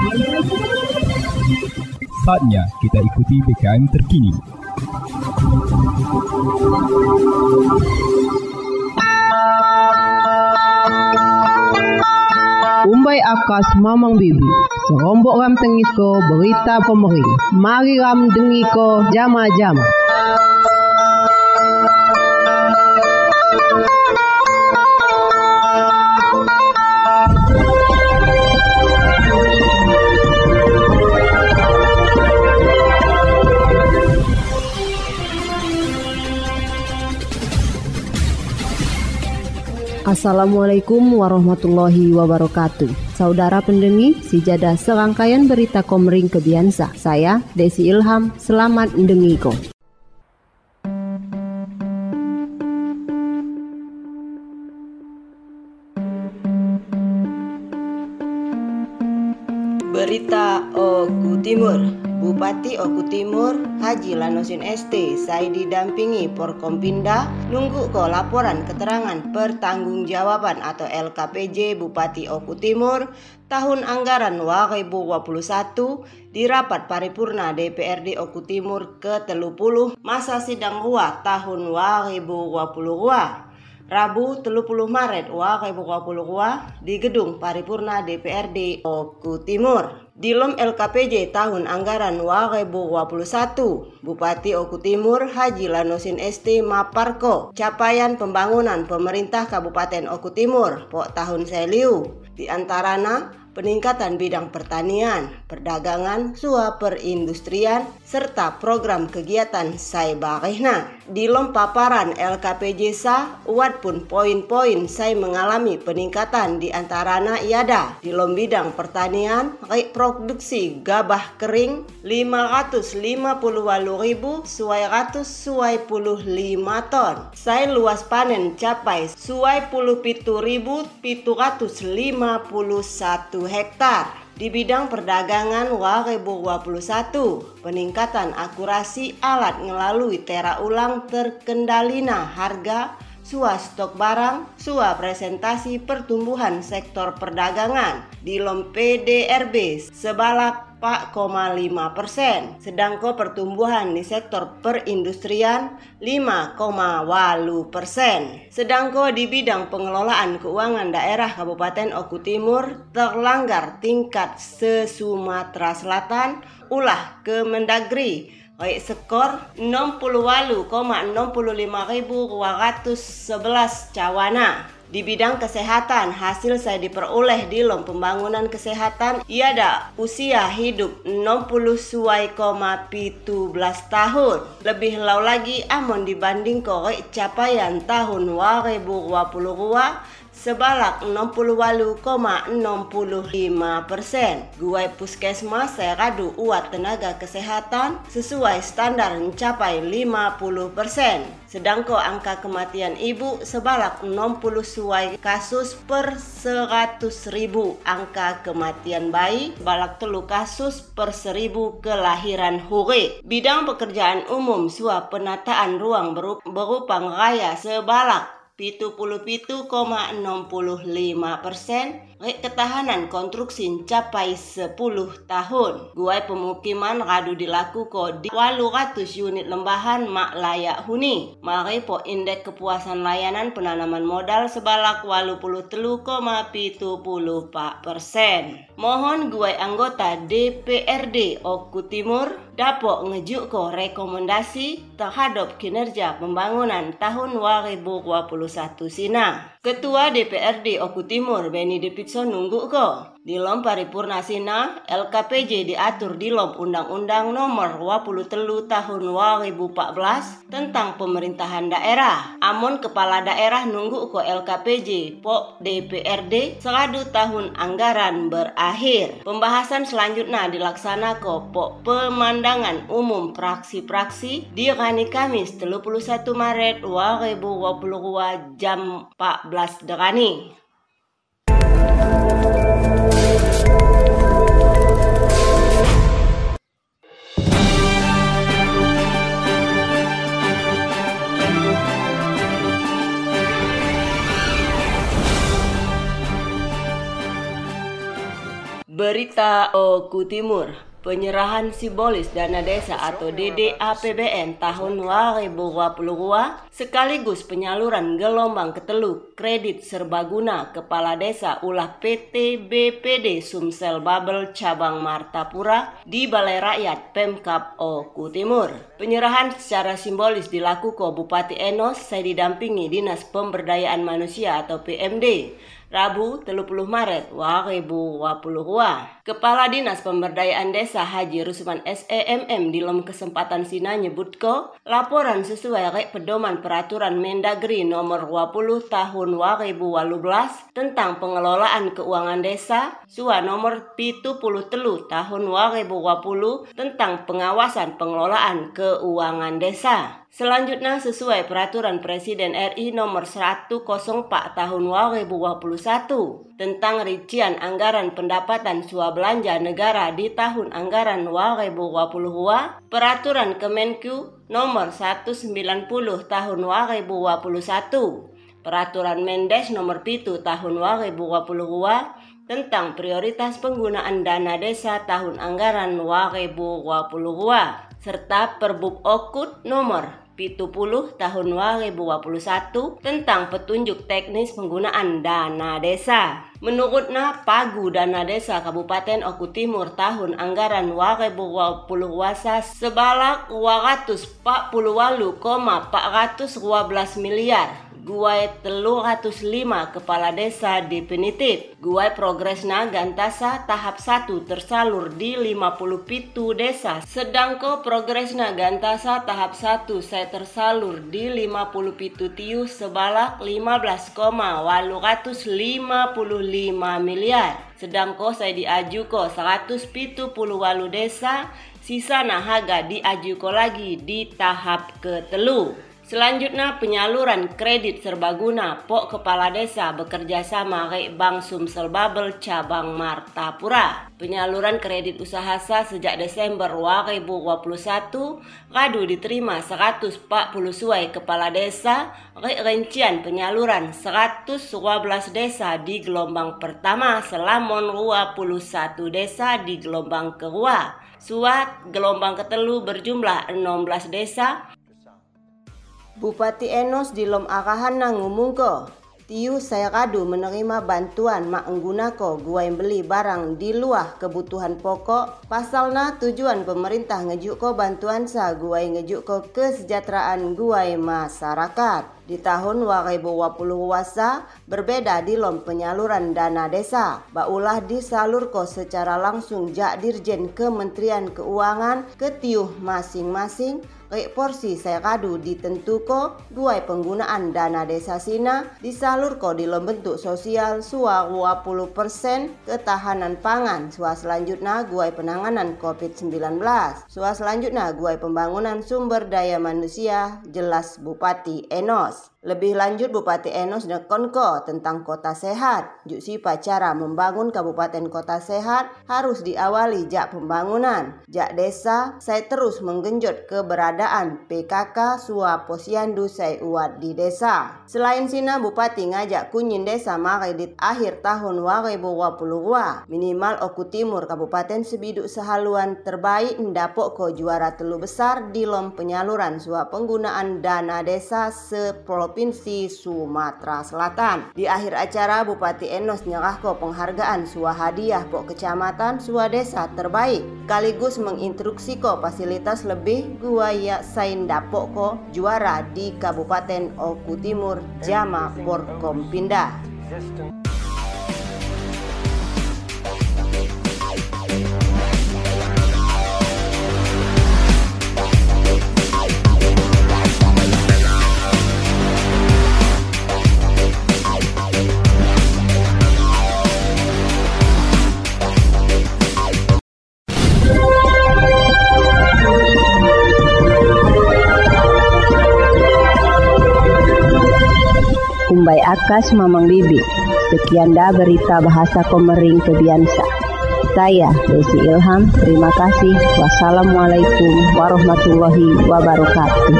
Saatnya kita ikuti BKM terkini. Umbai akas mamang bibi, serombok ram tengiko berita pemering. Mari ram dengiko jama-jama. Assalamualaikum warahmatullahi wabarakatuh. Saudara pendengi, Sijadah serangkaian berita Komering Kebiansa. Saya Desi Ilham, selamat mendengiko. Berita Oku Timur. Bupati Oku Timur Haji Lanosin ST saya didampingi Porkompinda nunggu ko laporan keterangan pertanggungjawaban atau LKPJ Bupati Oku Timur tahun anggaran 2021 di rapat paripurna DPRD Oku Timur ke-30 masa sidang rua tahun 2022. Rabu 30 Maret 2022 di gedung paripurna DPRD Oku Timur. Dilom LKPJ tahun anggaran 2021, Bupati Oku Timur Haji Lanosin ST maparko capaian pembangunan pemerintah Kabupaten Oku Timur po tahun seliu. Di antarana peningkatan bidang pertanian, perdagangan, sua perindustrian, serta program kegiatan Saibarehna. Di lom paparan LKPJ sa, uat pun poin-poin saya mengalami peningkatan di antarana iada. Di lom bidang pertanian, produksi gabah kering 558.125 ton. Saya luas panen capai 27.751 hektar. Di bidang perdagangan 2021, peningkatan akurasi alat melalui tera ulang terkendalina harga, sua stok barang, sua presentasi pertumbuhan sektor perdagangan di lom PDRB sebalak 4,5%, sedangkan pertumbuhan di sektor perindustrian 5,8%. Sedangkan di bidang pengelolaan keuangan daerah Kabupaten Oku Timur terlanggar tingkat se-Sumatera Selatan ulah Kemendagri skor 68,65.211 cawana. Di bidang kesehatan, hasil saya diperoleh di lom pembangunan kesehatan iada usia hidup 60,17 tahun. Lebih lau lagi amon dibanding korek capaian tahun 2022 sebalak 68,65%. Guai puskesmas saya radu uat tenaga kesehatan sesuai standar mencapai 50%. Sedangkan angka kematian ibu sebalak 60 suai kasus per 100.000. Angka kematian bayi sebalak 3 kasus per 1.000 kelahiran hure. Bidang pekerjaan umum suap penataan ruang berupa raya sebalak 77,65%. Ketahanan konstruksi mencapai 10 tahun. Guai pemukiman radu dilaku ko di 800 unit lembahan mak layak huni. Mari po indeks kepuasan layanan penanaman modal sebalak 83,74%. Mohon guai anggota DPRD Oku Timur dapat ngejuk ko rekomendasi terhadap kinerja pembangunan tahun 2021 sina. Ketua DPRD Oku Timur Beni Depitson nunggu ko. Di lom paripurna sina, LKPJ diatur di lom Undang-Undang Nomor 23 Tahun 2014 tentang pemerintahan daerah. Amon kepala daerah nunggu ko LKPJ po DPRD seradu tahun anggaran berakhir. Pembahasan selanjutnya dilaksana ko po pemandangan umum praksi-praksi di hari Kamis 31 Maret 2022 jam 14 derani. Berita Oku Timur, penyerahan simbolis dana desa atau DDAPBN tahun 2022 sekaligus penyaluran gelombang ketelu kredit serbaguna kepala desa ulah PT BPD Sumsel Babel Cabang Martapura di Balai Rakyat Pemkab Oku Timur. Penyerahan secara simbolis dilakukan Bupati Enos saya didampingi Dinas Pemberdayaan Manusia atau PMD Rabu 30 Maret 2022. Kepala Dinas Pemberdayaan Desa Haji Rusman SEMM di dalam kesempatan sina nyebutko laporan sesuai rek pedoman peraturan Mendagri nomor 20 tahun 2018 tentang pengelolaan keuangan desa SUA nomor 73 tahun 2020 tentang pengawasan pengelolaan keuangan desa. Selanjutnya sesuai peraturan Presiden RI nomor 104 tahun 2021 tentang rincian anggaran pendapatan SUA belanja negara di tahun anggaran 2022, peraturan Kemenku nomor 190 tahun 2021, peraturan Mendes nomor 7 tahun 2022 tentang prioritas penggunaan dana desa tahun anggaran 2022 serta Perbub Okut nomor 70 tahun 2021 tentang petunjuk teknis penggunaan dana desa. Menurutnya Pagu dana desa Kabupaten Oku Timur tahun anggaran 2020 sebalak 248,412 miliar. Guai 305 kepala desa definitif. Guai progresna gantasa tahap 1 tersalur di 50 pitu desa. Sedangko progresna gantasa tahap 1 saya tersalur di 50 pitu tiu sebalak 15,855 miliar. Sedangko saya diajuko 178 desa, sisa nahaga diajuko lagi di tahap ketelu. Selanjutnya penyaluran kredit serbaguna Pok Kepala Desa bekerja sama Rek Bank Sumsel Babel Cabang Martapura. Penyaluran kredit usaha sejak Desember 2021 kadu diterima 140 suai kepala desa. Rek rincian penyaluran 112 desa di gelombang pertama selama 21 desa di gelombang kedua. Suat gelombang ketelu berjumlah 16 desa. Bupati Enos di lom arahan ngumungko tiu saya kadu menerima bantuan mak nggunako guai beli barang di luar kebutuhan pokok. Pasalna tujuan pemerintah ngejuko bantuan sa guai ngejuko kesejahteraan guai masyarakat. Di tahun 2020 wasa berbeda di lom penyaluran dana desa. Baulah disalurko secara langsung jak Dirjen Kementerian Keuangan ke tiuh masing-masing. Rek porsi saya kadu ditentuko guai penggunaan dana desa sina disalurko di lom bentuk sosial SUA 20% ketahanan pangan, SUA selanjutnya guai penanganan COVID-19, SUA selanjutnya guai pembangunan sumber daya manusia, jelas Bupati Enos. Lebih lanjut Bupati Enos nekonko tentang kota sehat. Juksipa cara membangun kabupaten kota sehat harus diawali jak pembangunan. Jak desa saya terus menggenjot keberadaan PKK SUA Posyandu saya uat di desa. Selain sina Bupati ngajak kunyin desa maredit akhir tahun 2022. Minimal Oku Timur Kabupaten Sebiduk sehaluan terbaik ndapok ko juara telu besar di lom penyaluran SUA penggunaan dana desa Provinsi Sumatera Selatan. Di akhir acara Bupati Enos nyerahko penghargaan SUA hadiah pok kecamatan SUA desa terbaik, sekaligus menginstruksiko fasilitas lebih guaya sain dapokko juara di Kabupaten Oku Timur Jama Porkompinda. Umbai Akas Mamang Bibi. Sekian dah berita bahasa Komering Kebiansa. Saya Desi Ilham, terima kasih. Wassalamualaikum warahmatullahi wabarakatuh.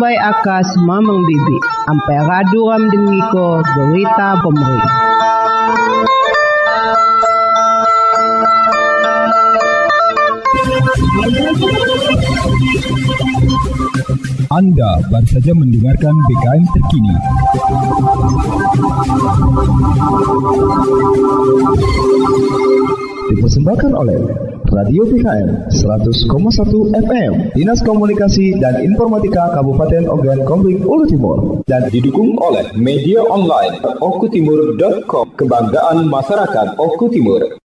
Sambai akas mamang bibi, ampai raduram dengiko berita pemerintah. Anda baru saja mendengarkan BKM terkini. Dipersembahkan oleh Radio BKM 100,1 FM, Dinas Komunikasi dan Informatika Kabupaten Ogan Komering Ulu Timur, dan didukung oleh media online okutimur.com, kebanggaan masyarakat Oku Timur.